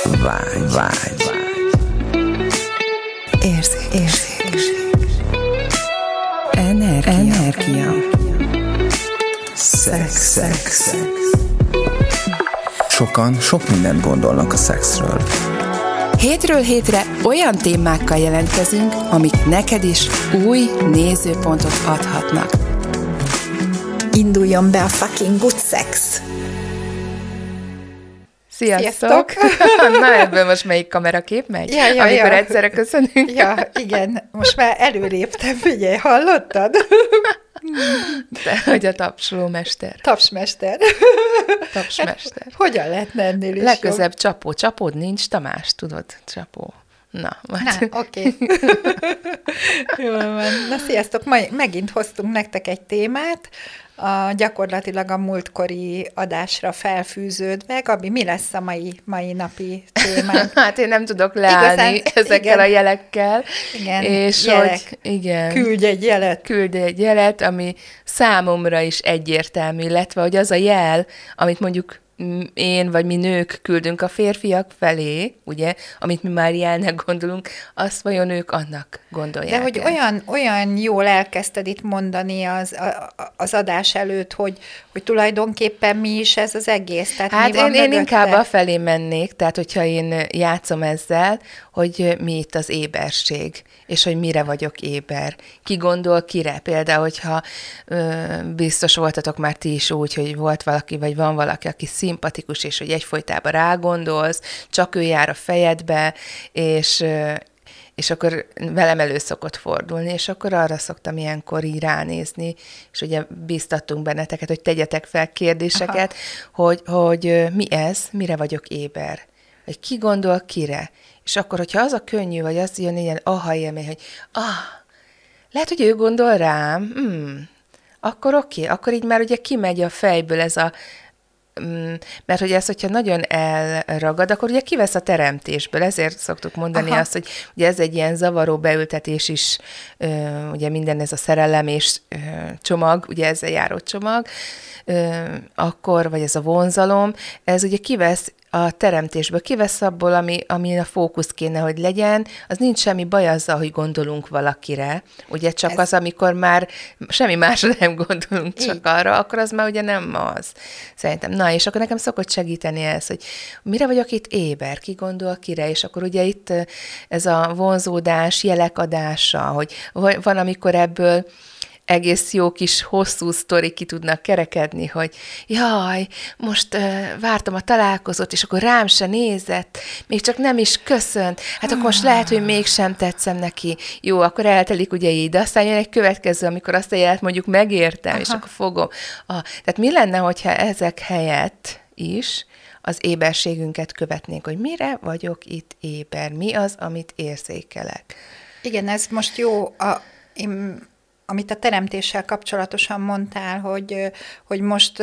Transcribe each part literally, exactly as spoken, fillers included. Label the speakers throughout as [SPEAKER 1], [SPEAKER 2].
[SPEAKER 1] Vágy, vágy, vágy.
[SPEAKER 2] Érzék, érzék. Energia. Energia.
[SPEAKER 1] Szex, szex, szex. Sokan sok mindent gondolnak a szexről.
[SPEAKER 2] Hétről hétre olyan témákkal jelentkezünk, amik neked is új nézőpontot adhatnak.
[SPEAKER 3] Induljon be a fucking good sex!
[SPEAKER 2] Sziasztok! Sziasztok. Na, ebből most melyik kamerakép megy?
[SPEAKER 3] Ja, ja,
[SPEAKER 2] amikor
[SPEAKER 3] ja.
[SPEAKER 2] egyszerre köszönünk.
[SPEAKER 3] Ja, igen. Most már előléptem, figyelj, hallottad?
[SPEAKER 2] De, hogy a tapsolómester.
[SPEAKER 3] Tapsmester.
[SPEAKER 2] Tapsmester.
[SPEAKER 3] Hogyan lehetne ennél is
[SPEAKER 2] Legközebb jobb? Csapó. Csapód nincs, Tamás, tudod? Csapó. Na, majd.
[SPEAKER 3] Na, oké. Okay. Jól van. Na, sziasztok! Ma megint hoztunk nektek egy témát, a, gyakorlatilag a múltkori adásra felfűződve. Gabi, mi lesz a mai, mai napi témánk?
[SPEAKER 2] Hát én nem tudok leállni igazán, ezekkel igen. a jelekkel.
[SPEAKER 3] Igen,
[SPEAKER 2] és
[SPEAKER 3] jelek.
[SPEAKER 2] Hogy, igen.
[SPEAKER 3] Küldj egy jelet.
[SPEAKER 2] Küldj egy jelet, ami számomra is egyértelmű, illetve hogy az a jel, amit mondjuk én vagy mi nők küldünk a férfiak felé, ugye, amit mi már jelnek gondolunk, azt vajon ők annak gondolják.
[SPEAKER 3] De hogy olyan, olyan jól elkezdted itt mondani az, az adás előtt, hogy, hogy tulajdonképpen mi is ez az egész. Tehát
[SPEAKER 2] hát
[SPEAKER 3] mi van
[SPEAKER 2] én, én inkább afelé mennék, tehát hogyha én játszom ezzel, hogy mi itt az éberség, és hogy mire vagyok éber. Ki gondol kire? Például, hogyha ö, biztos voltatok már ti is úgy, hogy volt valaki, vagy van valaki, aki szimpatikus, és hogy egyfolytában rágondolsz, csak ő jár a fejedbe, és, és akkor velem elő szokott fordulni, és akkor arra szoktam ilyenkor így ránézni, és ugye bíztattunk benneteket, hogy tegyetek fel kérdéseket, hogy, hogy mi ez, mire vagyok éber, vagy ki gondol kire. És akkor, hogyha az a könnyű, vagy az jön ilyen aha élmény, hogy ah, lehet, hogy ő gondol rám, hmm, akkor oké, okay. Akkor így már ugye kimegy a fejből ez a mert hogy ez, hogyha nagyon elragad, akkor ugye kivesz a teremtésből, ezért szoktuk mondani Aha. azt, hogy ugye ez egy ilyen zavaró beültetés is, ugye minden ez a szerelem és csomag, ugye ezzel járó csomag, akkor, vagy ez a vonzalom, ez ugye kivesz a teremtésből, kivesz abból, ami, ami a fókusz kéne, hogy legyen, az nincs semmi baj azzal, hogy gondolunk valakire, ugye csak ez... az, amikor már semmi másra nem gondolunk, csak Így. arra, akkor az már ugye nem az. Szerintem. Na, és akkor nekem szokott segíteni ez, hogy mire vagyok itt éber, ki gondol kire, és akkor ugye itt ez a vonzódás, jelek adása, hogy van, amikor ebből egész jó kis hosszú sztori ki tudnak kerekedni, hogy jaj, most uh, vártam a találkozót, és akkor rám se nézett, még csak nem is köszönt, hát akkor most lehet, hogy mégsem tetszem neki. Jó, akkor eltelik ugye így, de aztán jön egy következő, amikor azt a jelet mondjuk megértem, Aha. és akkor fogom. Ah, tehát mi lenne, hogyha ezek helyett is az éberségünket követnénk, hogy mire vagyok itt éber, mi az, amit érzékelek.
[SPEAKER 3] Igen, ez most jó, a, én amit a teremtéssel kapcsolatosan mondtál, hogy, hogy most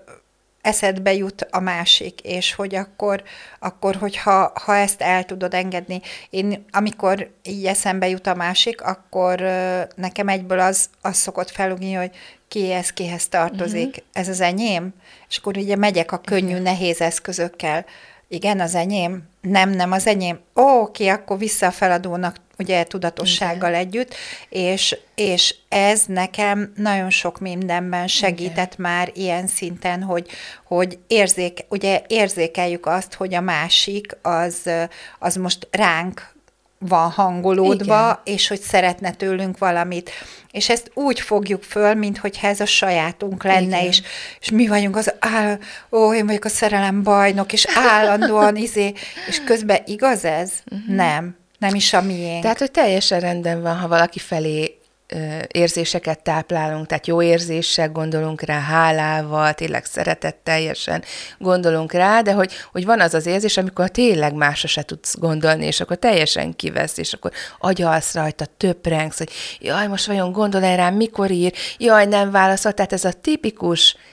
[SPEAKER 3] eszedbe jut a másik, és hogy akkor, akkor hogyha ha ezt el tudod engedni. Én, amikor így eszembe jut a másik, akkor nekem egyből az, az szokott felugni, hogy ki ez, kihez tartozik. Uh-huh. Ez az enyém? És akkor ugye megyek a könnyű, uh-huh. nehéz eszközökkel. Igen, az enyém? Nem, nem az enyém. Ó, oké, akkor vissza a feladónak, ugye tudatossággal Igen. együtt, és, és ez nekem nagyon sok mindenben segített Igen. már ilyen szinten, hogy, hogy érzék, ugye érzékeljük azt, hogy a másik az, az most ránk van hangolódva, Igen. és hogy szeretne tőlünk valamit. És ezt úgy fogjuk föl, minthogyha ez a sajátunk lenne, és, és mi vagyunk az, áll, ó, én vagyok a szerelem bajnok, és állandóan izé, és közben igaz ez? Uh-huh. Nem. Nem is a miénk.
[SPEAKER 2] Tehát, hogy teljesen rendben van, ha valaki felé ö, érzéseket táplálunk, tehát jó érzéssel gondolunk rá, hálával, tényleg szeretetteljesen gondolunk rá, de hogy, hogy van az az érzés, amikor tényleg másra se tudsz gondolni, és akkor teljesen kivesz, és akkor agyalsz rajta, töprengsz, hogy jaj, most vajon gondol-e rám, mikor ír, jaj, nem válaszol, tehát ez a tipikus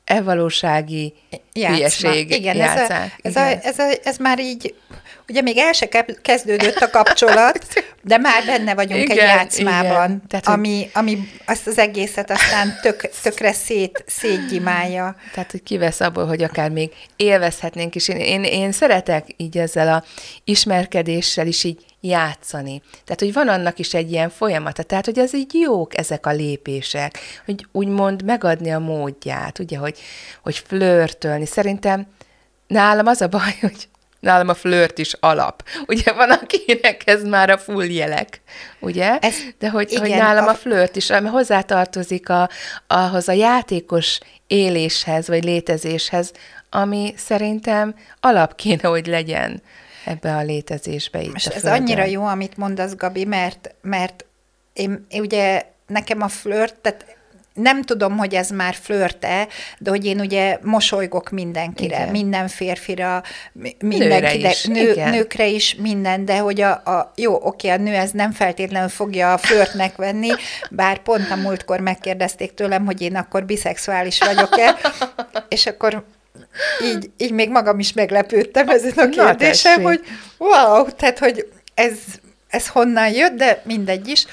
[SPEAKER 2] e-valósági hülyeség
[SPEAKER 3] Igen,
[SPEAKER 2] játszák.
[SPEAKER 3] Ez, a, ez, a, ez, a, ez már így, ugye még el se kezdődött a kapcsolat, de már benne vagyunk igen, egy játszmában, Tehát, ami, ami azt az egészet aztán tök, tökre szét, szétgyimálja.
[SPEAKER 2] Tehát, hogy kivesz abból, hogy akár még élvezhetnénk is. Én, én, én szeretek így ezzel a ismerkedéssel is így játszani. Tehát, hogy van annak is egy ilyen folyamata, tehát, hogy ez így jók ezek a lépések, hogy úgymond megadni a módját, ugye, hogy, hogy flörtölni. Szerintem nálam az a baj, hogy nálam a flört is alap. Ugye van, akinek ez már a full jelek, ugye? Ez, De hogy, igen, hogy nálam a, a flört is, ami hozzátartozik a, ahhoz a játékos éléshez, vagy létezéshez, ami szerintem alap kéne, hogy legyen ebbe a létezésbe itt.
[SPEAKER 3] Most
[SPEAKER 2] a
[SPEAKER 3] ez
[SPEAKER 2] földön.
[SPEAKER 3] annyira jó, amit mondasz, Gabi, mert, mert én, én ugye nekem a flört, tehát nem tudom, hogy ez már flörte, de hogy én ugye mosolygok mindenkire, igen. minden férfira, mindenkire, is, nő, nőkre is, minden, de hogy a, a jó, oké, a nő ez nem feltétlenül fogja a flörtnek venni, bár pont a múltkor megkérdezték tőlem, hogy én akkor biszexuális vagyok-e, és akkor így, így még magam is meglepődtem ezen a kérdésem, hogy wow, tehát, hogy ez, ez honnan jött, de mindegy is.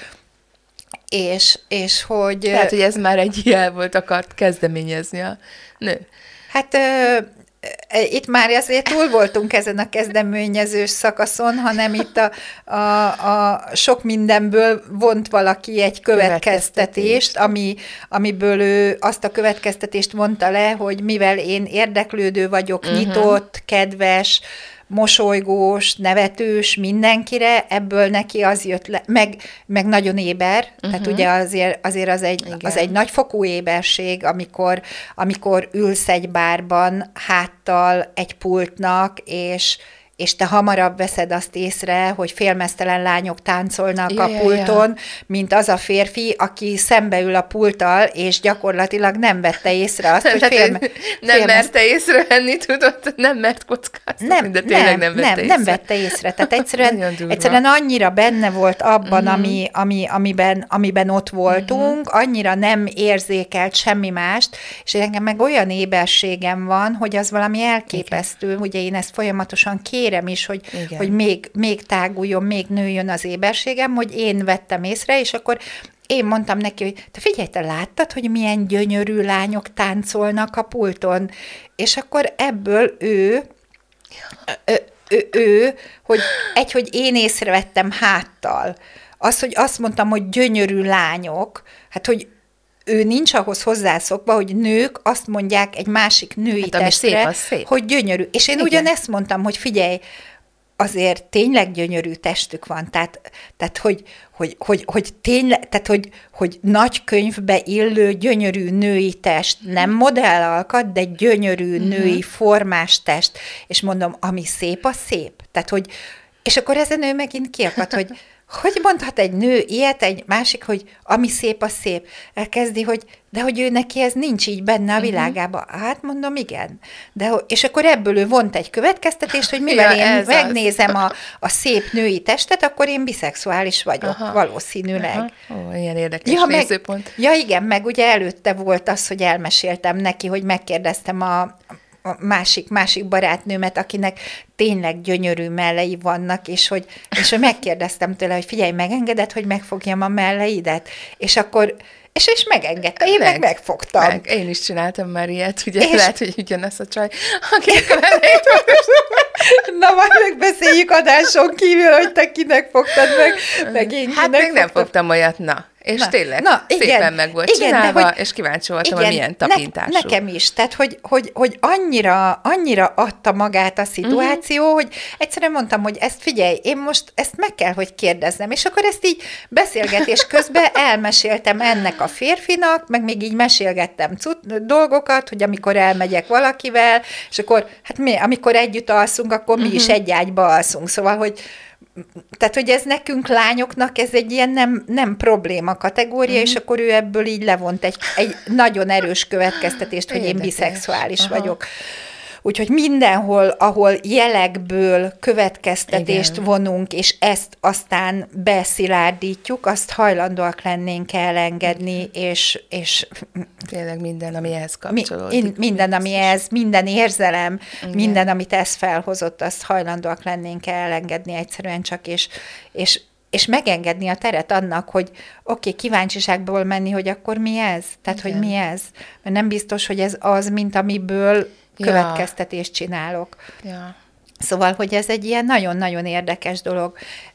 [SPEAKER 3] És, és hogy...
[SPEAKER 2] Tehát, hogy ez már egy jel volt, akart kezdeményezni a nő.
[SPEAKER 3] Hát ö, itt már azért túl voltunk ezen a kezdeményezős szakaszon, hanem itt a, a, a sok mindenből vont valaki egy következtetést, ami, amiből ő azt a következtetést mondta le, hogy mivel én érdeklődő vagyok, uh-huh. nyitott, kedves, mosolygós, nevetős mindenkire, ebből neki az jött le, meg, meg nagyon éber, uh-huh. tehát ugye azért, azért az, egy, az egy nagyfokú éberség, amikor, amikor ülsz egy bárban háttal egy pultnak, és és te hamarabb veszed azt észre, hogy félmeztelen lányok táncolnak ja, a pulton, ja, ja. mint az a férfi, aki szembeül a pulttal, és gyakorlatilag nem vette észre azt, hogy félme...
[SPEAKER 2] Nem félmez... merte észrevenni, tudod? Nem mert kockáztatni,
[SPEAKER 3] nem,
[SPEAKER 2] de tényleg nem, nem vette
[SPEAKER 3] nem,
[SPEAKER 2] észre. Nem
[SPEAKER 3] vette észre. Tehát egyszerűen, egyszerűen annyira benne volt abban, uh-huh. ami, ami, amiben, amiben ott voltunk, uh-huh. annyira nem érzékelt semmi mást, és engem meg olyan éberségem van, hogy az valami elképesztő. Igen. Ugye én ezt folyamatosan kérem, is, hogy, hogy még, még táguljon, még nőjön az éberségem, hogy én vettem észre, és akkor én mondtam neki, hogy te figyelj, te láttad, hogy milyen gyönyörű lányok táncolnak a pulton? És akkor ebből ő, ő, ő, ő hogy egy, hogy én észrevettem háttal, az, hogy azt mondtam, hogy gyönyörű lányok, hát, hogy ő nincs ahhoz hozzászokva, hogy nők azt mondják egy másik női hát, testre, szép, szép. hogy gyönyörű. És én igen. ugyanezt mondtam, hogy figyelj, azért tényleg gyönyörű testük van, tehát, tehát hogy, hogy, hogy, hogy tényleg, tehát hogy, hogy nagy könyvbe illő gyönyörű női test, nem modellalkat, de gyönyörű uh-huh. női formás test. És mondom, ami szép, az szép. Tehát, hogy, és akkor ezen ő megint kiakadt, hogy hogy mondhat egy nő ilyet, egy másik, hogy ami szép, az szép. Elkezdi, hogy de hogy ő neki ez nincs így benne a világában. Uh-huh. Hát mondom, igen. De, és akkor ebből ő vont egy következtetést, hogy mivel ja, én megnézem a, a szép női testet, akkor én biszexuális vagyok, Aha. valószínűleg.
[SPEAKER 2] Aha. Ó, ilyen érdekes
[SPEAKER 3] ja,
[SPEAKER 2] nézőpont.
[SPEAKER 3] Meg, ja igen, meg ugye előtte volt az, hogy elmeséltem neki, hogy megkérdeztem a a másik, másik barátnőmet, akinek tényleg gyönyörű mellei vannak, és hogy, és hogy megkérdeztem tőle, hogy figyelj, megengeded, hogy megfogjam a melleidet? És akkor, és, és megengedte, én meg, meg megfogtam. Meg.
[SPEAKER 2] Én is csináltam már ilyet, ugye és... lehet, hogy ugyanaz a csaj, akinek a melleit
[SPEAKER 3] Na, majd megbeszéljük adáson kívül, hogy te kinek fogtad meg, meg én
[SPEAKER 2] Hát még fogtam. Nem fogtam olyat, na. És
[SPEAKER 3] na,
[SPEAKER 2] tényleg
[SPEAKER 3] na,
[SPEAKER 2] szépen
[SPEAKER 3] igen,
[SPEAKER 2] meg volt
[SPEAKER 3] igen,
[SPEAKER 2] csinálva,
[SPEAKER 3] hogy,
[SPEAKER 2] és kíváncsi voltam,
[SPEAKER 3] igen,
[SPEAKER 2] hogy milyen tapintású.
[SPEAKER 3] Ne, nekem is, tehát hogy, hogy, hogy annyira, annyira adta magát a szituáció, uh-huh. hogy egyszerűen mondtam, hogy ezt figyelj, én most ezt meg kell, hogy kérdeznem, és akkor ezt így beszélgetés közben elmeséltem ennek a férfinak, meg még így mesélgettem cut- dolgokat, hogy amikor elmegyek valakivel, és akkor, hát mi, amikor együtt alszunk, akkor mi uh-huh. is egy ágyba alszunk, szóval, hogy tehát, hogy ez nekünk lányoknak ez egy ilyen nem, nem probléma kategória, mm-hmm. és akkor ő ebből így levont egy, egy nagyon erős következtetést, hogy Érdekes. Én biszexuális Aha. vagyok. úgyhogy mindenhol, ahol jelekből következtetést Igen. vonunk, és ezt aztán beszilárdítjuk, azt hajlandóak lennénk elengedni, és, és
[SPEAKER 2] tényleg minden, ami ehhez kapcsolódik.
[SPEAKER 3] Mi, minden, ami ez, minden érzelem, Igen. minden, amit ez felhozott, azt hajlandóak lennénk elengedni egyszerűen csak, és, és és megengedni a teret annak, hogy oké, okay, kíváncsiságból menni, hogy akkor mi ez? Tehát, Igen. hogy mi ez? Mert nem biztos, hogy ez az, mint amiből ja. következtetést csinálok.
[SPEAKER 2] Ja.
[SPEAKER 3] Szóval, hogy ez egy ilyen nagyon-nagyon érdekes dolog.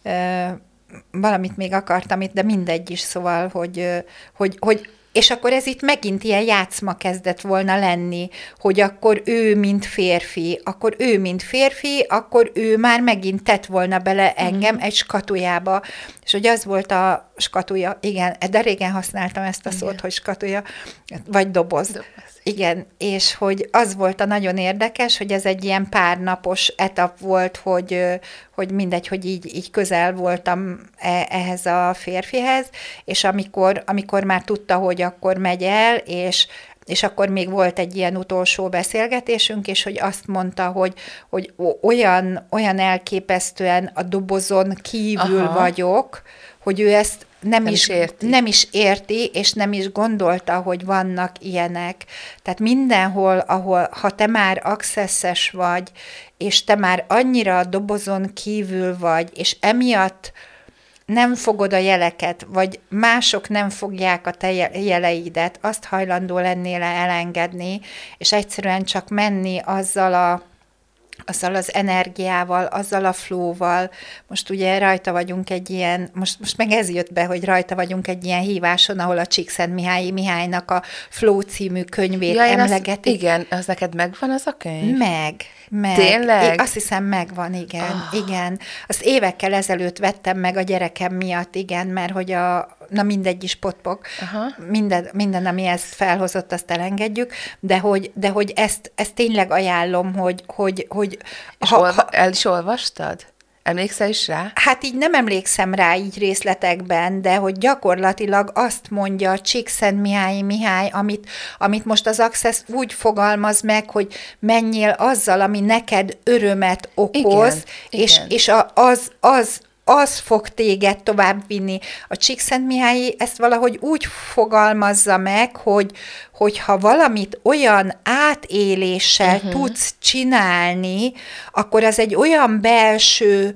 [SPEAKER 3] Valamit még akartam itt, de mindegy is, szóval, hogy, hogy, hogy és akkor ez itt megint ilyen játszma kezdett volna lenni, hogy akkor ő, mint férfi, akkor ő, mint férfi, akkor ő már megint tett volna bele engem egy skatujába. És hogy az volt a skatuja, igen, de régen használtam ezt a igen. szót, hogy skatuja, vagy doboz. doboz. Igen, és hogy az volt a nagyon érdekes, hogy ez egy ilyen párnapos etap volt, hogy, hogy mindegy, hogy így, így közel voltam ehhez a férfihez, és amikor, amikor már tudta, hogy akkor megy el, és és akkor még volt egy ilyen utolsó beszélgetésünk, és hogy azt mondta, hogy, hogy olyan, olyan elképesztően a dobozon kívül Aha. vagyok, hogy ő ezt nem, nem, is, is nem is érti, és nem is gondolta, hogy vannak ilyenek. Tehát mindenhol, ahol, ha te már accesses vagy, és te már annyira a dobozon kívül vagy, és emiatt nem fogod a jeleket, vagy mások nem fogják a te jeleidet, azt hajlandó lennél elengedni, és egyszerűen csak menni azzal a azzal az energiával, azzal a flowval. Most ugye rajta vagyunk egy ilyen, most, most meg ez jött be, hogy rajta vagyunk egy ilyen híváson, ahol a Csíkszentmihályi Mihálynak a Flow című könyvét ja, emlegetik.
[SPEAKER 2] Az, igen, az neked megvan az a könyv?
[SPEAKER 3] Meg, meg.
[SPEAKER 2] Tényleg?
[SPEAKER 3] Én azt hiszem megvan, igen, oh. igen. Azt évekkel ezelőtt vettem meg a gyerekem miatt, igen, mert hogy a, na mindegy is potpok, minden, minden, ami ezt felhozott, azt elengedjük, de hogy, de hogy ezt, ezt tényleg ajánlom, hogy, hogy, hogy
[SPEAKER 2] és ha, olva, el is olvastad? Emlékszel is rá?
[SPEAKER 3] Hát így nem emlékszem rá így részletekben, de hogy gyakorlatilag azt mondja a Csíkszentmihályi Mihály, amit, amit most az Access úgy fogalmaz meg, hogy menjél azzal, ami neked örömet okoz, igen, és, igen. és a, az, az az fog téged továbbvinni. A Csíkszentmihályi ezt valahogy úgy fogalmazza meg, hogy, hogy ha valamit olyan átéléssel uh-huh. tudsz csinálni, akkor az egy olyan belső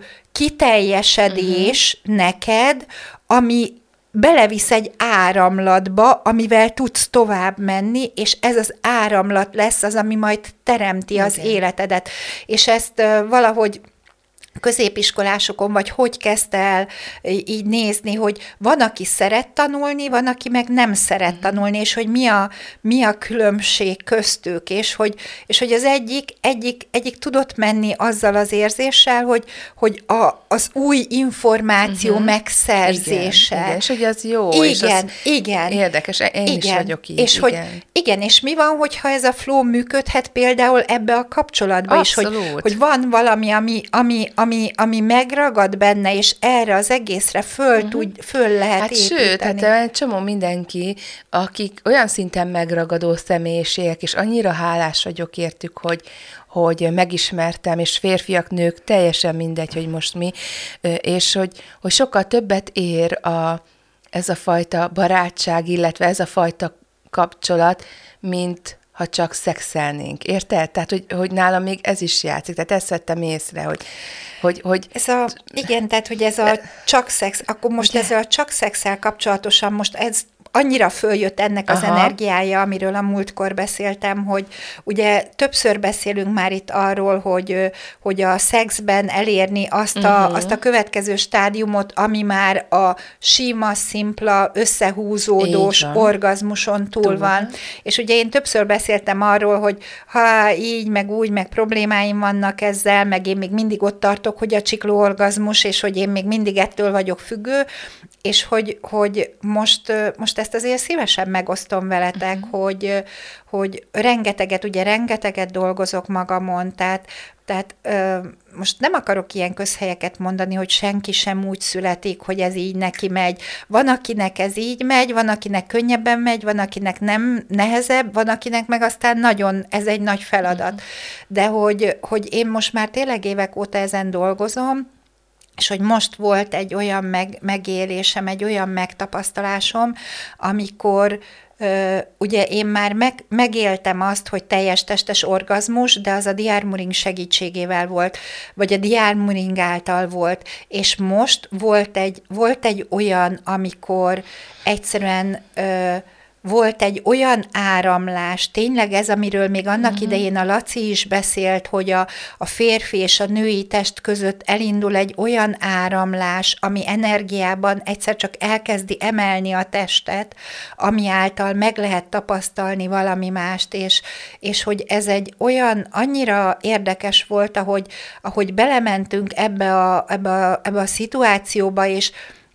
[SPEAKER 3] kiteljesedés uh-huh. neked, ami belevisz egy áramlatba, amivel tudsz tovább menni, és ez az áramlat lesz az, ami majd teremti igen. az életedet. És ezt uh, valahogy középiskolásokon, vagy hogy kezdte el így nézni, hogy van, aki szeret tanulni, van, aki meg nem szeret tanulni, és hogy mi a, mi a különbség köztük, és hogy, és hogy az egyik, egyik, egyik tudott menni azzal az érzéssel, hogy, hogy a, az új információ uh-huh. megszerzése.
[SPEAKER 2] Igen, igen, és hogy az jó,
[SPEAKER 3] igen,
[SPEAKER 2] és az
[SPEAKER 3] igen,
[SPEAKER 2] érdekes, én igen, is vagyok így.
[SPEAKER 3] És
[SPEAKER 2] igen.
[SPEAKER 3] Hogy, igen, és mi van, hogyha ez a flow működhet például ebbe a kapcsolatba
[SPEAKER 2] Abszolút.
[SPEAKER 3] is, hogy, hogy van valami, ami, ami, ami, ami megragad benne, és erre az egészre föl, uh-huh. tud, föl lehet
[SPEAKER 2] hát
[SPEAKER 3] építeni.
[SPEAKER 2] Sőt, hát egy csomó mindenki, akik olyan szinten megragadó személyiségek, és annyira hálás vagyok értük, hogy, hogy megismertem, és férfiak, nők, teljesen mindegy, hogy most mi, és hogy, hogy sokkal többet ér a, ez a fajta barátság, illetve ez a fajta kapcsolat, mint ha csak szexelnénk. Érted? Tehát, hogy, hogy nálam még ez is játszik. Tehát ezt vettem észre, hogy... hogy, hogy
[SPEAKER 3] ez a, igen, tehát, hogy ez a csak szex, akkor most ugye? ezzel a csak szexel kapcsolatosan most ez annyira följött ennek az Aha. energiája, amiről a múltkor beszéltem, hogy ugye többször beszélünk már itt arról, hogy, hogy a szexben elérni azt a, uh-huh. azt a következő stádiumot, ami már a sima, szimpla, összehúzódós orgazmuson túl, túl van. És ugye én többször beszéltem arról, hogy ha így, meg úgy, meg problémáim vannak ezzel, meg én még mindig ott tartok, hogy a csiklóorgazmus, és hogy én még mindig ettől vagyok függő, és hogy, hogy most, most ezt ezt azért szívesen megosztom veletek, uh-huh. hogy, hogy rengeteget, ugye rengeteget dolgozok magamon, tehát, tehát ö, most nem akarok ilyen közhelyeket mondani, hogy senki sem úgy születik, hogy ez így neki megy. Van, akinek ez így megy, van, akinek könnyebben megy, van, akinek nem nehezebb, van, akinek meg aztán nagyon, ez egy nagy feladat. Uh-huh. De hogy, hogy én most már tényleg évek óta ezen dolgozom, és hogy most volt egy olyan meg, megélésem, egy olyan megtapasztalásom, amikor ö, ugye én már meg, megéltem azt, hogy teljes testes orgazmus, de az a D R Muring segítségével volt, vagy a D R Muring által volt, és most volt egy, volt egy olyan, amikor egyszerűen ö, volt egy olyan áramlás, tényleg ez, amiről még annak uh-huh. idején a Laci is beszélt, hogy a, a férfi és a női test között elindul egy olyan áramlás, ami energiában egyszer csak elkezdi emelni a testet, ami által meg lehet tapasztalni valami mást, és, és hogy ez egy olyan, annyira érdekes volt, ahogy, ahogy belementünk ebbe a, ebbe a, ebbe a szituációba, és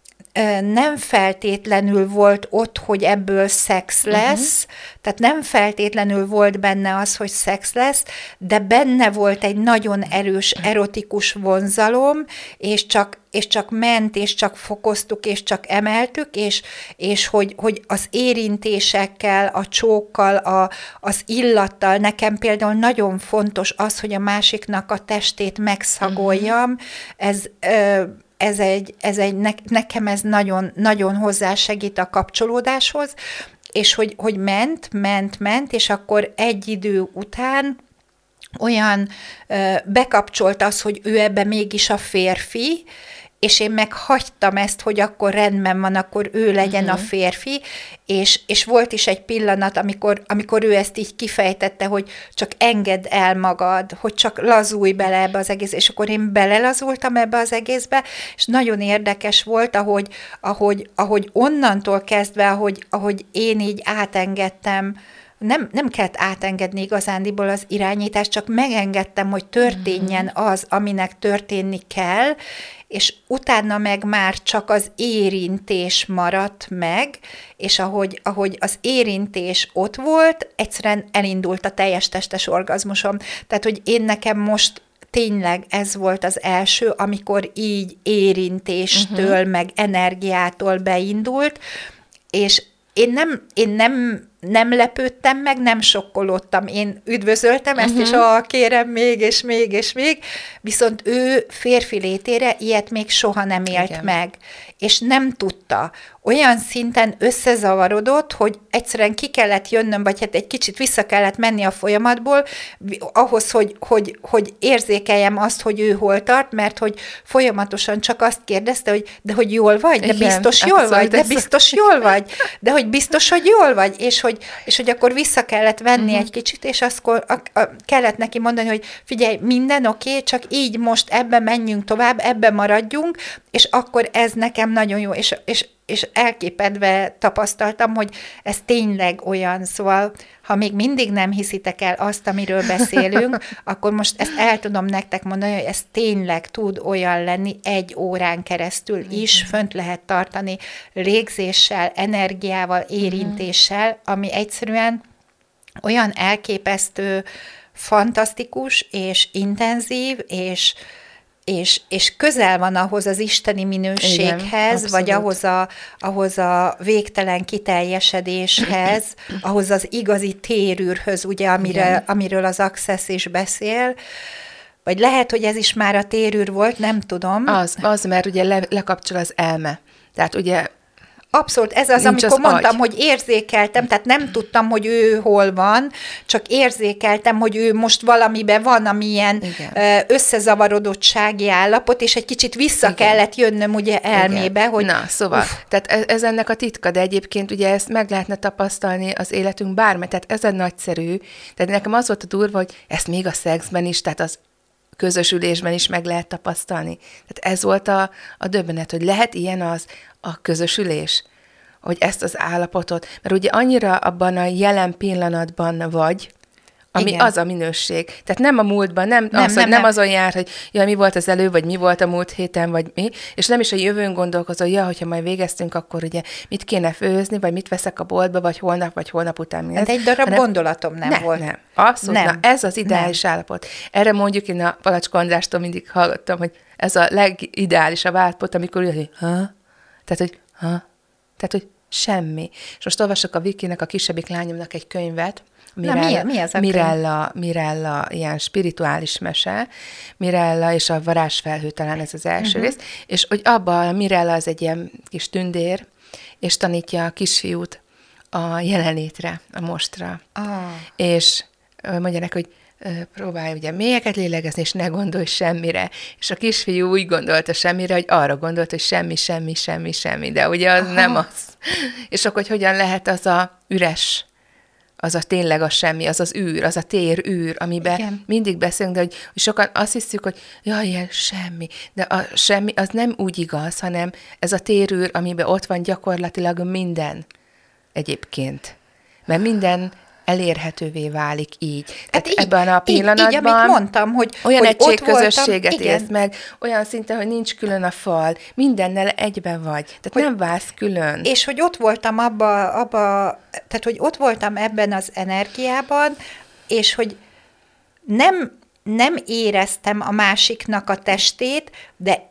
[SPEAKER 3] nem feltétlenül volt ott, hogy ebből szex lesz, uh-huh. tehát nem feltétlenül volt benne az, hogy szex lesz, de benne volt egy nagyon erős erotikus vonzalom, és csak, és csak ment, és csak fokoztuk, és csak emeltük, és, és hogy, hogy az érintésekkel, a csókkal, a, az illattal, nekem például nagyon fontos az, hogy a másiknak a testét megszagoljam, uh-huh. ez... Ö, Ez egy, ez egy, nekem ez nagyon, nagyon hozzásegít a kapcsolódáshoz, és hogy, hogy ment, ment, ment, és akkor egy idő után olyan ö, bekapcsolt az, hogy ő ebbe mégis a férfi, és én meg hagytam ezt, hogy akkor rendben van, akkor ő legyen uh-huh. a férfi, és, és volt is egy pillanat, amikor, amikor ő ezt így kifejtette, hogy csak engedd el magad, hogy csak lazulj bele ebbe az egész, és akkor én belelazultam ebbe az egészbe, és nagyon érdekes volt, ahogy, ahogy, ahogy onnantól kezdve, ahogy, ahogy én így átengedtem, Nem, nem kellett átengedni igazándiból az irányítást, csak megengedtem, hogy történjen az, aminek történni kell, és utána meg már csak az érintés maradt meg, és ahogy, ahogy az érintés ott volt, egyszerűen elindult a teljes testes orgazmusom. Tehát, hogy én nekem most tényleg ez volt az első, amikor így érintéstől, uh-huh. meg energiától beindult, és én nem, én nem, nem lepődtem meg, nem sokkolódtam. Én üdvözöltem ezt, uh-huh. és ah, kérem még, és még, és még, viszont ő férfi létére ilyet még soha nem élt Igen. meg, és nem tudta. Olyan szinten összezavarodott, hogy egyszerűen ki kellett jönnöm, vagy hát egy kicsit vissza kellett menni a folyamatból, ahhoz, hogy, hogy, hogy érzékeljem azt, hogy ő hol tart, mert hogy folyamatosan csak azt kérdezte, hogy de hogy jól vagy, de
[SPEAKER 2] Igen,
[SPEAKER 3] biztos jól vagy, de biztos jól vagy, de hogy biztos, hogy jól vagy, és hogy, és hogy akkor vissza kellett venni uh-huh. egy kicsit, és akkor a, a, kellett neki mondani, hogy figyelj, minden oké, okay, csak így most ebbe menjünk tovább, ebbe maradjunk, és akkor ez nekem nagyon jó, és, és és elképedve tapasztaltam, hogy ez tényleg olyan, szóval ha még mindig nem hiszitek el azt, amiről beszélünk, akkor most ezt el tudom nektek mondani, hogy ez tényleg tud olyan lenni egy órán keresztül is, fönt lehet tartani légzéssel, energiával, érintéssel, ami egyszerűen olyan elképesztő, fantasztikus és intenzív, és És, és közel van ahhoz az isteni minőséghez, igen, vagy ahhoz a, ahhoz a végtelen kiteljesedéshez, ahhoz az igazi térűrhöz, ugye, amire, amiről az Access is beszél, vagy lehet, hogy ez is már a térűr volt, nem tudom.
[SPEAKER 2] Az, az mert ugye le, lekapcsol az elme. Tehát ugye
[SPEAKER 3] Abszolút, ez az, amikor
[SPEAKER 2] az
[SPEAKER 3] mondtam,
[SPEAKER 2] agy.
[SPEAKER 3] hogy érzékeltem, tehát nem tudtam, hogy ő hol van, csak érzékeltem, hogy ő most valamiben van, amilyen Igen. összezavarodottsági állapot, és egy kicsit vissza Igen. kellett jönnöm ugye elmébe, hogy...
[SPEAKER 2] Na, szóval, uff. tehát ez, ez ennek a titka, de egyébként ugye ezt meg lehetne tapasztalni az életünk bármely, tehát ez egy nagyszerű, tehát nekem az volt a durva, hogy ezt még a szexben is, tehát az közösülésben is meg lehet tapasztalni. Tehát ez volt a, a döbbenet, hogy lehet ilyen az a közösülés, hogy ezt az állapotot, mert ugye annyira abban a jelen pillanatban vagy, ami
[SPEAKER 3] Igen.
[SPEAKER 2] az a minőség. Tehát nem a múltban, nem,
[SPEAKER 3] Nem,
[SPEAKER 2] az,
[SPEAKER 3] nem,
[SPEAKER 2] hogy nem
[SPEAKER 3] nem.
[SPEAKER 2] azon jár, hogy ja, mi volt az elő, vagy mi volt a múlt héten, vagy mi, és nem is a jövőn gondolkozol, ja, hogyha majd végeztünk, akkor ugye mit kéne főzni, vagy mit veszek a boltba, vagy holnap, vagy holnap után mi
[SPEAKER 3] Hát
[SPEAKER 2] ez.
[SPEAKER 3] egy darab
[SPEAKER 2] hanem,
[SPEAKER 3] gondolatom nem,
[SPEAKER 2] nem
[SPEAKER 3] volt.
[SPEAKER 2] Nem, abszolút.
[SPEAKER 3] Nem.
[SPEAKER 2] Na, ez az ideális nem. állapot. Erre mondjuk én a Palacska Andrástól mindig hallottam, hogy ez a legideálisabb állapot, amikor úgy, hogy ha? Tehát, hogy ha? Tehát, hogy semmi. És most olvasok a Vikinek, a kisebbik lányomnak egy könyvet, Mirella,
[SPEAKER 3] Na, mi, mi ez a
[SPEAKER 2] Mirella, Mirella, ilyen spirituális mese, Mirella és a varázsfelhő, talán ez az első uh-huh. rész, és hogy abban a Mirella az egy ilyen kis tündér, és tanítja a kisfiút a jelenlétre, a mostra.
[SPEAKER 3] Ah.
[SPEAKER 2] És mondja neki, hogy próbálj ugye mélyeket lélegezni, és ne gondolj semmire. És a kisfiú úgy gondolta semmire, hogy arra gondolt, hogy semmi, semmi, semmi, semmi, de ugye az Aha. nem az. És akkor, hogy hogyan lehet az a üres, az a tényleg a semmi, az az űr, az a tér űr, amiben Igen. mindig beszélünk, de hogy, hogy sokan azt hiszük, hogy jaj, ilyen semmi, de a semmi az nem úgy igaz, hanem ez a tér űr, amiben ott van gyakorlatilag minden egyébként. Mert minden elérhetővé válik így. Tehát
[SPEAKER 3] így,
[SPEAKER 2] ebben a pillanatban
[SPEAKER 3] így, így, amit mondtam, hogy
[SPEAKER 2] olyan
[SPEAKER 3] hogy
[SPEAKER 2] egységközösséget
[SPEAKER 3] voltam,
[SPEAKER 2] élsz meg, olyan szinten, hogy nincs külön a fal, mindennel egyben vagy. Tehát hogy, nem válsz külön.
[SPEAKER 3] És hogy ott voltam abba, abba, tehát hogy ott voltam ebben az energiában, és hogy nem, nem éreztem a másiknak a testét, de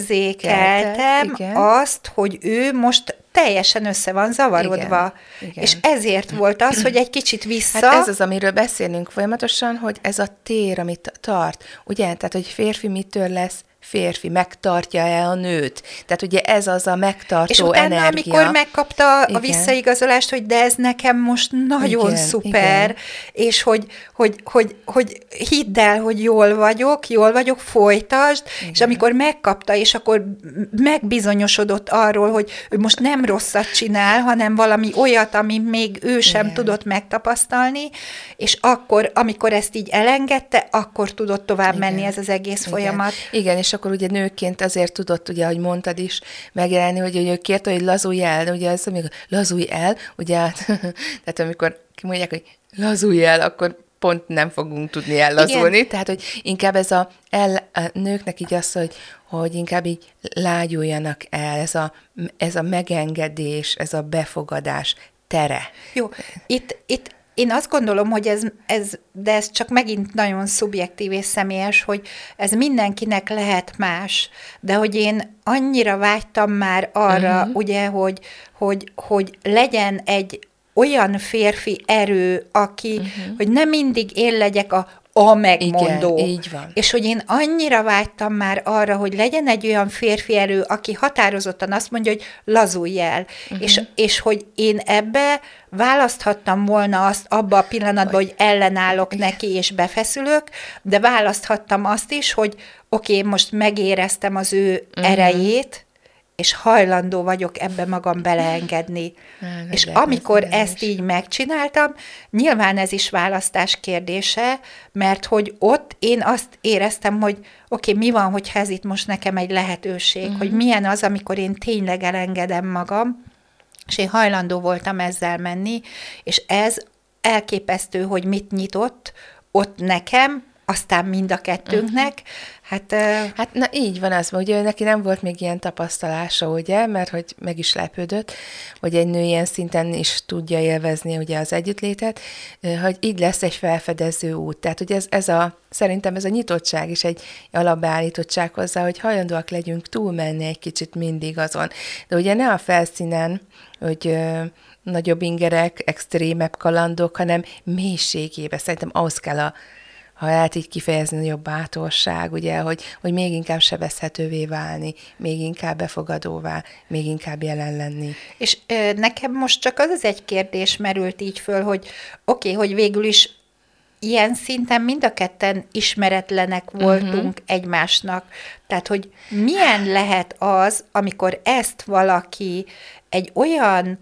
[SPEAKER 3] érzékeltem
[SPEAKER 2] Igen.
[SPEAKER 3] azt, hogy ő most teljesen össze van zavarodva.
[SPEAKER 2] Igen. Igen.
[SPEAKER 3] És ezért volt az, hogy egy kicsit vissza...
[SPEAKER 2] Hát ez az, amiről beszélünk folyamatosan, hogy ez a tér, amit tart. Ugye? Tehát, hogy férfi mitől lesz férfi, megtartja-e a nőt. Tehát ugye ez az a megtartó
[SPEAKER 3] és utána,
[SPEAKER 2] energia.
[SPEAKER 3] amikor megkapta
[SPEAKER 2] Igen.
[SPEAKER 3] a visszaigazolást, hogy de ez nekem most nagyon
[SPEAKER 2] Igen,
[SPEAKER 3] szuper,
[SPEAKER 2] igen.
[SPEAKER 3] és hogy, hogy, hogy, hogy hidd el, hogy jól vagyok, jól vagyok, folytasd, igen. és amikor megkapta, és akkor megbizonyosodott arról, hogy ő most nem rosszat csinál, hanem valami olyat, ami még ő sem igen. tudott megtapasztalni, és akkor, amikor ezt így elengedte, akkor tudott tovább igen. menni ez az egész
[SPEAKER 2] igen.
[SPEAKER 3] folyamat.
[SPEAKER 2] Igen, és akkor ugye nőként azért tudott, ugye, ahogy mondtad is, megjelenni, hogy ő kérte, hogy lazulj el, ugye ez, amikor lazulj el, ugye, tehát amikor kimondják, hogy lazulj el, akkor pont nem fogunk tudni ellazulni, igen. tehát, hogy inkább ez a, el, a nőknek így az, hogy, hogy inkább így lágyuljanak el, ez a, ez a megengedés, ez a befogadás tere.
[SPEAKER 3] Jó, itt, itt én azt gondolom, hogy ez, ez, de ez csak megint nagyon szubjektív és személyes, hogy ez mindenkinek lehet más, de hogy én annyira vágytam már arra, uh-huh. ugye, hogy, hogy, hogy legyen egy olyan férfi erő, aki, uh-huh. hogy nem mindig én legyek a a megmondó.
[SPEAKER 2] Igen, így van.
[SPEAKER 3] És hogy én annyira vágytam már arra, hogy legyen egy olyan férfi erő, aki határozottan azt mondja, hogy lazulj el. Uh-huh. És, és hogy én ebbe választhattam volna azt abba a pillanatban, hogy, hogy ellenállok igen. neki, és befeszülök, de választhattam azt is, hogy oké, okay, most megéreztem az ő uh-huh. erejét, és hajlandó vagyok ebbe magam beleengedni. Há, és amikor ez ezt így megcsináltam, nyilván ez is választás kérdése, mert hogy ott én azt éreztem, hogy oké, okay, mi van, hogyha ez itt most nekem egy lehetőség, uh-huh. hogy milyen az, amikor én tényleg elengedem magam, és én hajlandó voltam ezzel menni, és ez elképesztő, hogy mit nyitott ott nekem, aztán mind a kettőnknek. Uh-huh. Hát, uh...
[SPEAKER 2] hát na így van az, ugye neki nem volt még ilyen tapasztalása, ugye, mert hogy meg is lepődött, hogy egy nő ilyen szinten is tudja élvezni ugye az együttlétet, hogy így lesz egy felfedező út. Tehát ugye ez, ez a, szerintem ez a nyitottság is egy alapbeállítottság hozzá, hogy hajlandóak legyünk túlmenni egy kicsit mindig azon. De ugye ne a felszínen, hogy ö, nagyobb ingerek, extrémebb kalandok, hanem mélységébe. Szerintem ahhoz kell a ha lehet így kifejezni, nagyobb bátorság, ugye, hogy, hogy még inkább sebezhetővé válni, még inkább befogadóvá, még inkább jelen lenni.
[SPEAKER 3] És ö, nekem most csak az az egy kérdés merült így föl, hogy oké, okay, hogy végül is ilyen szinten mind a ketten ismeretlenek voltunk uh-huh. egymásnak. Tehát, hogy milyen lehet az, amikor ezt valaki egy olyan,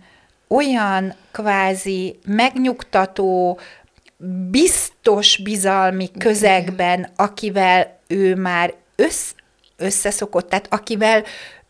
[SPEAKER 3] olyan kvázi megnyugtató, biztos bizalmi közegben, akivel ő már össz, összeszokott, tehát akivel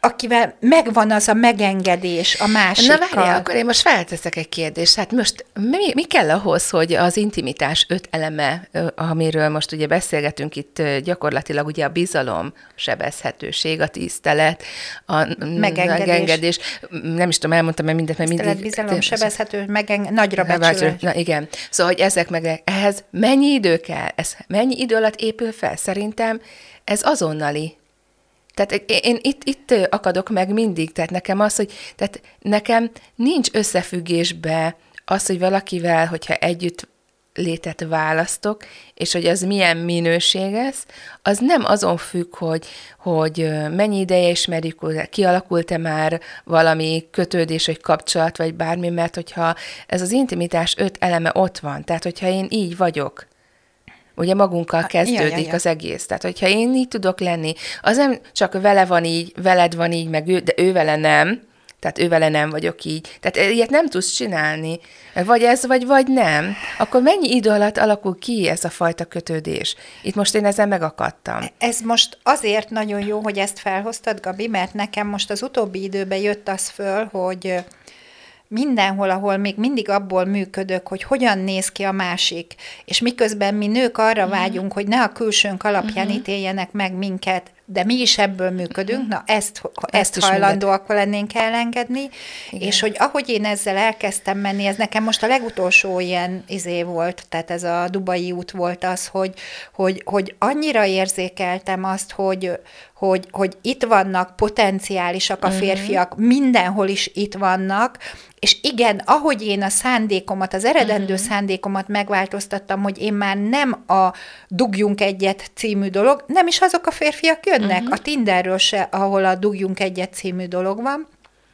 [SPEAKER 3] akivel megvan az a megengedés a másikkal.
[SPEAKER 2] Na várjál, akkor én most felteszek egy kérdést. Hát most mi, mi kell ahhoz, hogy az intimitás öt eleme, amiről most ugye beszélgetünk itt gyakorlatilag, ugye a bizalom, a sebezhetőség, a tisztelet, a megengedés, megengedés nem is tudom, elmondtam, mert mindent, mert mindig...
[SPEAKER 3] Tisztelet, bizalom, sebezhető, megeng... nagyra becsülés.
[SPEAKER 2] Na igen. Szóval, hogy ezek meg, ehhez mennyi idő kell? Ez mennyi idő alatt épül fel? Szerintem ez azonnali. Tehát én itt, itt akadok meg mindig, tehát nekem az, hogy tehát nekem nincs összefüggésbe az, hogy valakivel, hogyha együtt létet választok, és hogy az milyen minőséges, az nem azon függ, hogy, hogy mennyi ideje ismerjük, kialakult-e már valami kötődés, vagy kapcsolat, vagy bármi, mert hogyha ez az intimitás öt eleme ott van, tehát hogyha én így vagyok, ugye magunkkal kezdődik ja, ja, ja. az egész. Tehát, hogyha én így tudok lenni, az nem csak vele van így, veled van így, meg ő, de ő vele nem, tehát ő vele nem vagyok így. Tehát ilyet nem tudsz csinálni. Vagy ez, vagy vagy nem. Akkor mennyi idő alatt alakul ki ez a fajta kötődés? Itt most én ezzel megakadtam.
[SPEAKER 3] Ez most azért nagyon jó, hogy ezt felhoztad, Gabi, mert nekem most az utóbbi időben jött az föl, hogy mindenhol, ahol még mindig abból működök, hogy hogyan néz ki a másik, és miközben mi nők arra vágyunk, hogy ne a külsőnk alapján uh-huh. ítéljenek meg minket, de mi is ebből működünk, uh-huh. na ezt, ezt, ezt hajlandóak lennénk elengedni, igen. És hogy ahogy én ezzel elkezdtem menni, ez nekem most a legutolsó ilyen izé volt, tehát ez a Dubai út volt az, hogy, hogy, hogy annyira érzékeltem azt, hogy, hogy, hogy itt vannak potenciálisak a férfiak, uh-huh. mindenhol is itt vannak, és igen, ahogy én a szándékomat, az eredendő uh-huh. szándékomat megváltoztattam, hogy én már nem a Dugjunk egyet című dolog, nem is azok a férfiak jönnek uh-huh. a Tinderről se, ahol a Dugjunk egyet című dolog van,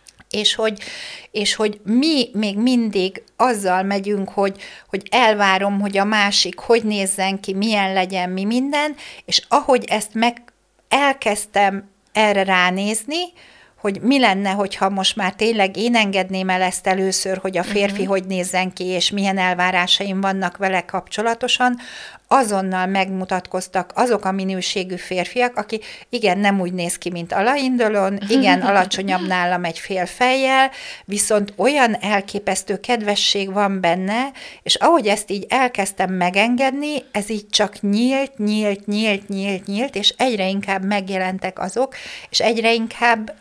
[SPEAKER 3] és hogy, és hogy mi még mindig azzal megyünk, hogy, hogy elvárom, hogy a másik hogy nézzen ki, milyen legyen, mi minden, és ahogy ezt meg elkezdtem erre ránézni, hogy mi lenne, hogyha most már tényleg én engedném el ezt először, hogy a férfi uh-huh. hogy nézzen ki, és milyen elvárásaim vannak vele kapcsolatosan, azonnal megmutatkoztak azok a minőségű férfiak, aki igen, nem úgy néz ki, mint Alain Delon, igen, alacsonyabb nálam egy fél fejjel, viszont olyan elképesztő kedvesség van benne, és ahogy ezt így elkezdtem megengedni, ez így csak nyílt, nyílt, nyílt, nyílt, nyílt, és egyre inkább megjelentek azok, és egyre inkább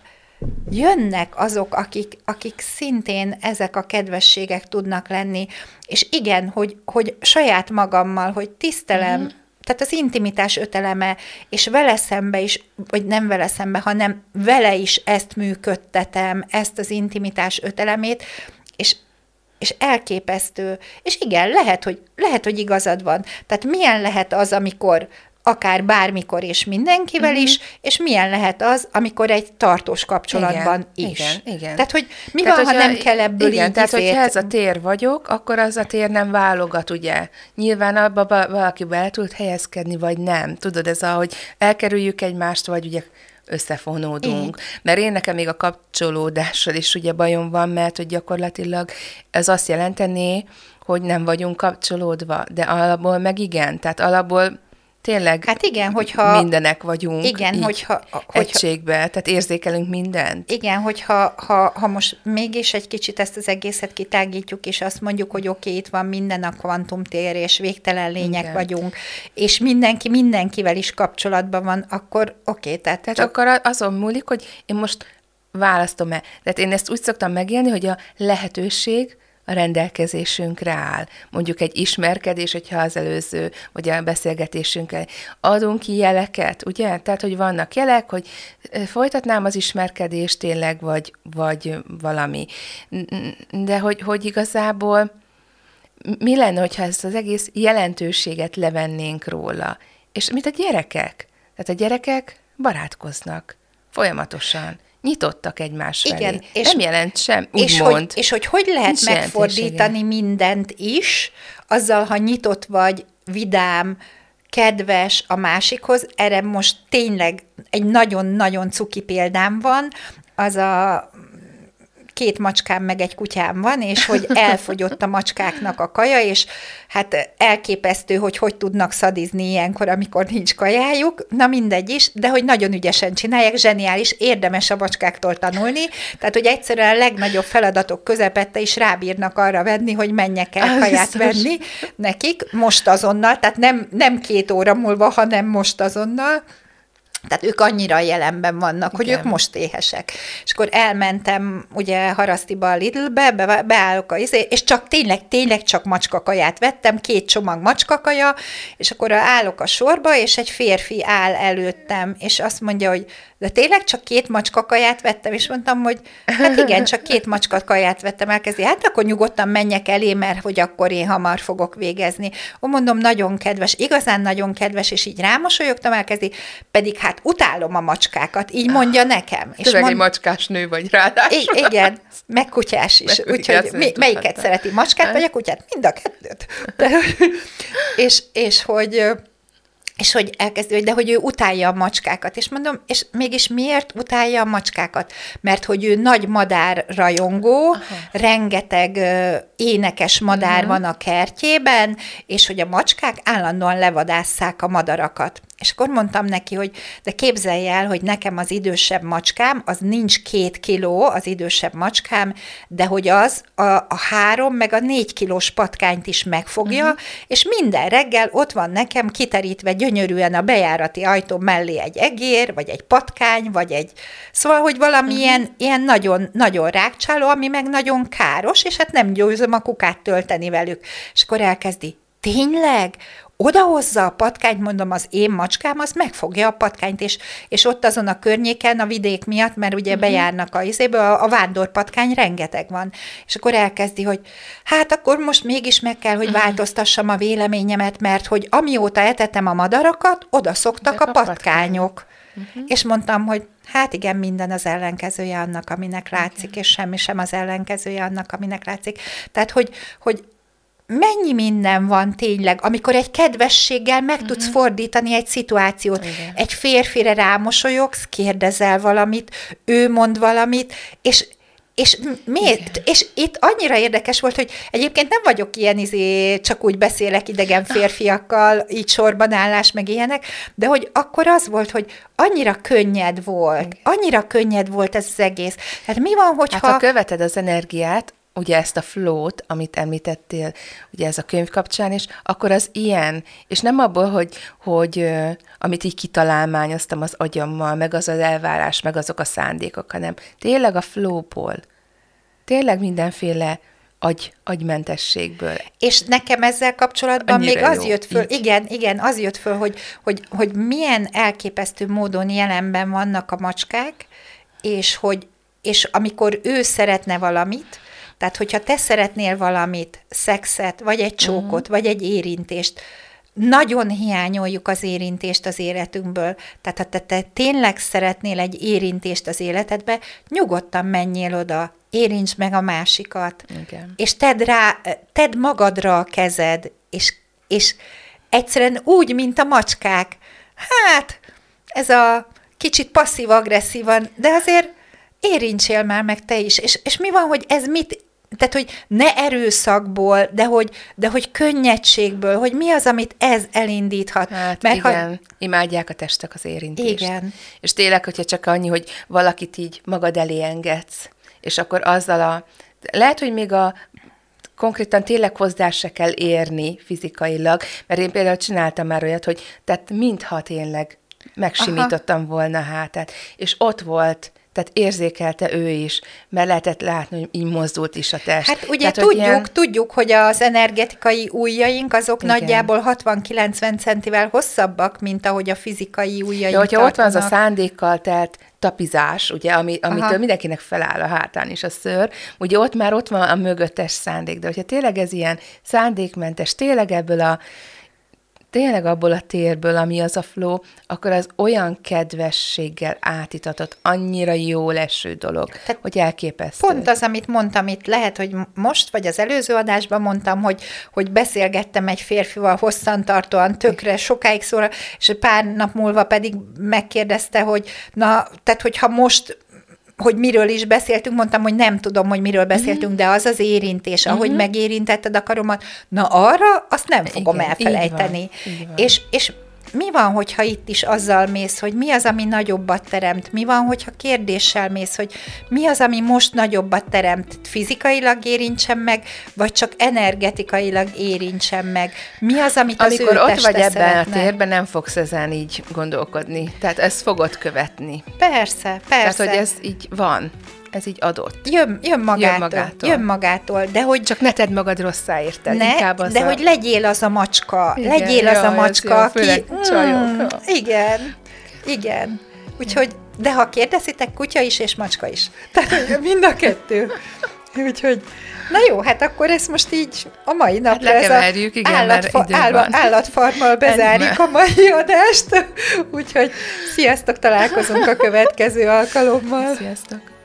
[SPEAKER 3] jönnek azok, akik, akik szintén ezek a kedvességek tudnak lenni, és igen, hogy, hogy saját magammal, hogy tisztelem, uh-huh. tehát az intimitás öt eleme, és vele szembe is, vagy nem vele szembe, hanem vele is ezt működtetem, ezt az intimitás öt elemét, és és elképesztő. És igen, lehet, hogy, lehet, hogy igazad van. Tehát milyen lehet az, amikor akár bármikor és mindenkivel uh-huh. is, és milyen lehet az, amikor egy tartós kapcsolatban
[SPEAKER 2] igen,
[SPEAKER 3] is.
[SPEAKER 2] Igen, igen.
[SPEAKER 3] Tehát, hogy mi
[SPEAKER 2] tehát,
[SPEAKER 3] van,
[SPEAKER 2] hogyha,
[SPEAKER 3] ha nem kell ebből
[SPEAKER 2] igen,
[SPEAKER 3] így
[SPEAKER 2] tehát,
[SPEAKER 3] izét...
[SPEAKER 2] hogyha ez a tér vagyok, akkor az a tér nem válogat, ugye? Nyilván abba valaki el tud helyezkedni, vagy nem. Tudod, ez a, hogy elkerüljük egymást, vagy ugye összefonódunk. Én. Mert én nekem még a kapcsolódással is ugye bajom van, mert hogy gyakorlatilag ez azt jelenteni, hogy nem vagyunk kapcsolódva, de alapból meg igen. Tehát alapból tényleg
[SPEAKER 3] hát igen, hogyha,
[SPEAKER 2] mindenek vagyunk
[SPEAKER 3] igen,
[SPEAKER 2] így
[SPEAKER 3] hogyha,
[SPEAKER 2] egységbe, hogyha, tehát érzékelünk mindent.
[SPEAKER 3] Igen, hogyha ha, ha most mégis egy kicsit ezt az egészet kitágítjuk, és azt mondjuk, hogy oké, okay, itt van minden a kvantumtér, és végtelen lények igen. vagyunk, és mindenki mindenkivel is kapcsolatban van, akkor oké. Okay, tehát
[SPEAKER 2] tehát
[SPEAKER 3] csak...
[SPEAKER 2] akkor azon múlik, hogy én most választom-e. Tehát én ezt úgy szoktam megélni, hogy a lehetőség a rendelkezésünkre áll. Mondjuk egy ismerkedés, hogyha az előző, vagy a beszélgetésünkkel adunk ki jeleket, ugye? Tehát, hogy vannak jelek, hogy folytatnám az ismerkedést tényleg, vagy, vagy valami. De hogy, hogy igazából mi lenne, hogyha ezt az egész jelentőséget levennénk róla? És mint a gyerekek. Tehát a gyerekek barátkoznak folyamatosan. Nyitottak egymás felé. Igen, és nem jelent sem,
[SPEAKER 3] és
[SPEAKER 2] úgymond.
[SPEAKER 3] Hogy, és hogy hogy lehet megfordítani mindent is, azzal, ha nyitott vagy, vidám, kedves a másikhoz. Erre most tényleg egy nagyon-nagyon cuki példám van. Az a két macskám meg egy kutyám van, és hogy elfogyott a macskáknak a kaja, és hát elképesztő, hogy hogy tudnak szadizni ilyenkor, amikor nincs kajájuk, na mindegy is, de hogy nagyon ügyesen csinálják, zseniális, érdemes a macskáktól tanulni, tehát hogy egyszerűen a legnagyobb feladatok közepette is rábírnak arra venni, hogy menjek el kaját venni nekik, most azonnal, tehát nem, nem két óra múlva, hanem most azonnal. Tehát ők annyira jelenben vannak, hogy igen. ők most éhesek. És akkor elmentem ugye Harasztiba a Lidlbe, be, beállok a izé, és csak tényleg, tényleg csak macskakaját vettem, két csomag macskakaja, és akkor állok a sorba, és egy férfi áll előttem, és azt mondja, hogy de tényleg csak két macskakaját vettem, és mondtam, hogy hát igen, csak két macskakaját vettem, elkezdi, hát akkor nyugodtan menjek elé, mert hogy akkor én hamar fogok végezni. Ó, mondom, nagyon kedves, igazán nagyon kedves, és így rámosolyogtam, elkezdi, pedig hát utálom a macskákat, így mondja nekem.
[SPEAKER 2] És mond... egy macskás nő vagy ráadásul.
[SPEAKER 3] I- igen, meg kutyás is. Úgyhogy mi, melyiket szereti, macskát vagy a kutyát? Mind a kettőt. De, és, és hogy... És hogy elkezdi, hogy de hogy ő utálja a macskákat. És mondom, és mégis miért utálja a macskákat? Mert hogy ő nagy madár rajongó, aha. rengeteg ö, énekes madár uh-huh. van a kertjében, és hogy a macskák állandóan levadásszák a madarakat. És akkor mondtam neki, hogy de képzelj el, hogy nekem az idősebb macskám, az nincs két kiló, az idősebb macskám, de hogy az a, a három, meg a négy kilós patkányt is megfogja, uh-huh. és minden reggel ott van nekem kiterítve gyönyörűen a bejárati ajtó mellé egy egér, vagy egy patkány, vagy egy... Szóval, hogy valami uh-huh. ilyen, ilyen nagyon, nagyon rákcsáló, ami meg nagyon káros, és hát nem győzöm a kukát tölteni velük. És akkor elkezdi, tényleg? Odahozza a patkányt, mondom, az én macskám, az megfogja a patkányt, és, és ott azon a környéken, a vidék miatt, mert ugye uh-huh. bejárnak a izéből, a, a vándorpatkány rengeteg van. És akkor elkezdi, hogy hát akkor most mégis meg kell, hogy uh-huh. változtassam a véleményemet, mert hogy amióta etetem a madarakat, oda szoktak a patkányok. Uh-huh. És mondtam, hogy hát igen, minden az ellenkezője annak, aminek látszik, okay. és semmi sem az ellenkezője annak, aminek látszik. Tehát, hogy, hogy mennyi minden van tényleg, amikor egy kedvességgel meg uh-huh. tudsz fordítani egy szituációt. Igen. Egy férfire rámosolyogsz, kérdezel valamit, ő mond valamit, és, és miért? És itt annyira érdekes volt, hogy egyébként nem vagyok ilyen, izé, csak úgy beszélek idegen férfiakkal, így sorban állás, meg ilyenek, de hogy akkor az volt, hogy annyira könnyed volt, annyira könnyed volt ez az egész. Hát mi van, hogyha...
[SPEAKER 2] Hát ha követed az energiát, ugye ezt a flow-t, amit említettél, ugye ez a könyv kapcsán is, akkor az ilyen, és nem abból, hogy, hogy amit így kitalálmányoztam az agyammal, meg az az elvárás, meg azok a szándékok, hanem tényleg a flow-ból, tényleg mindenféle agy, agymentességből.
[SPEAKER 3] És nekem ezzel kapcsolatban annyira még az jó, jött föl, így. igen, igen, az jött föl, hogy, hogy, hogy milyen elképesztő módon jelenben vannak a macskák, és hogy és amikor ő szeretne valamit, tehát, hogyha te szeretnél valamit, szexet, vagy egy csókot, uh-huh. vagy egy érintést, nagyon hiányoljuk az érintést az életünkből. Tehát, ha te, te tényleg szeretnél egy érintést az életedbe, nyugodtan menjél oda, érintsd meg a másikat, igen. és tedd, rá, tedd magadra a kezed, és, és egyszerűen úgy, mint a macskák. Hát, ez a kicsit passzív-agresszívan, de azért érintsél már meg te is. És, és mi van, hogy ez mit... Tehát, hogy ne erőszakból, de hogy, de hogy könnyedségből, hogy mi az, amit ez elindíthat.
[SPEAKER 2] Hát mert igen, ha... imádják a testek az érintést.
[SPEAKER 3] Igen.
[SPEAKER 2] És tényleg, hogyha csak annyi, hogy valakit így magad elé engedsz, és akkor azzal a... Lehet, hogy még a konkrétan tényleg hozzá se kell érni fizikailag, mert én például csináltam már olyat, hogy tehát mintha tényleg megsimítottam Aha. volna a hátát, és ott volt, tehát érzékelte ő is, mert lehetett látni, hogy így mozdult is a test.
[SPEAKER 3] Hát ugye
[SPEAKER 2] tehát,
[SPEAKER 3] tudjuk,
[SPEAKER 2] ilyen...
[SPEAKER 3] tudjuk, hogy az energetikai ujjaink azok igen. nagyjából hatvan-kilencven centivel hosszabbak, mint ahogy a fizikai ujjaink.
[SPEAKER 2] De hogyha tartanak. Ott van az a szándékkal telt tapizás, ugye, ami, amitől Aha. mindenkinek feláll a hátán is a szőr, ugye ott már ott van a mögöttes szándék, de hogyha tényleg ez ilyen szándékmentes, tényleg ebből a tényleg abból a térből, ami az a flow, akkor az olyan kedvességgel átitatott, annyira jó leső dolog, tehát hogy elképesztő.
[SPEAKER 3] Pont az, amit mondtam itt, lehet, hogy most, vagy az előző adásban mondtam, hogy, hogy beszélgettem egy férfival hosszantartóan, tökre, sokáig szóra, és pár nap múlva pedig megkérdezte, hogy na, tehát hogyha most hogy miről is beszéltünk, mondtam, hogy nem tudom, hogy miről beszéltünk, de az az érintés, ahogy uh-huh. megérintetted a karomat, na arra azt nem fogom igen, elfelejteni.
[SPEAKER 2] Így van, így van.
[SPEAKER 3] És, és mi van, hogyha itt is azzal mész, hogy mi az, ami nagyobbat teremt? Mi van, hogyha kérdéssel mész, hogy mi az, ami most nagyobbat teremt? Fizikailag érintsen meg, vagy csak energetikailag érintsen meg? Mi az, amit az
[SPEAKER 2] Amikor
[SPEAKER 3] ő
[SPEAKER 2] ott
[SPEAKER 3] teste
[SPEAKER 2] vagy ebben
[SPEAKER 3] szeretne?
[SPEAKER 2] a térben, nem fogsz ezen így gondolkodni. Tehát ezt fogod követni.
[SPEAKER 3] Persze, persze.
[SPEAKER 2] Tehát, hogy ez így van. Ez így adott.
[SPEAKER 3] Jön, jön, magától,
[SPEAKER 2] jön magától.
[SPEAKER 3] Jön magától, de hogy...
[SPEAKER 2] Csak ne tedd magad rosszá, érted?
[SPEAKER 3] Ne,
[SPEAKER 2] Inkább az
[SPEAKER 3] de
[SPEAKER 2] a...
[SPEAKER 3] hogy legyél az a macska.
[SPEAKER 2] Igen,
[SPEAKER 3] legyél az
[SPEAKER 2] jaj,
[SPEAKER 3] a macska,
[SPEAKER 2] az jó,
[SPEAKER 3] aki...
[SPEAKER 2] csajok.
[SPEAKER 3] Mm, igen, igen. Úgyhogy, de ha kérdezitek, kutya is és macska is. Tehát mind a kettő. Úgyhogy, na jó, hát akkor ezt most így a mai napra
[SPEAKER 2] hát
[SPEAKER 3] ez a
[SPEAKER 2] igen,
[SPEAKER 3] állatfa,
[SPEAKER 2] mert
[SPEAKER 3] állat, állatfarmmal bezárjuk a mai adást. Úgyhogy sziasztok, találkozunk a következő alkalommal.
[SPEAKER 2] Sziasztok.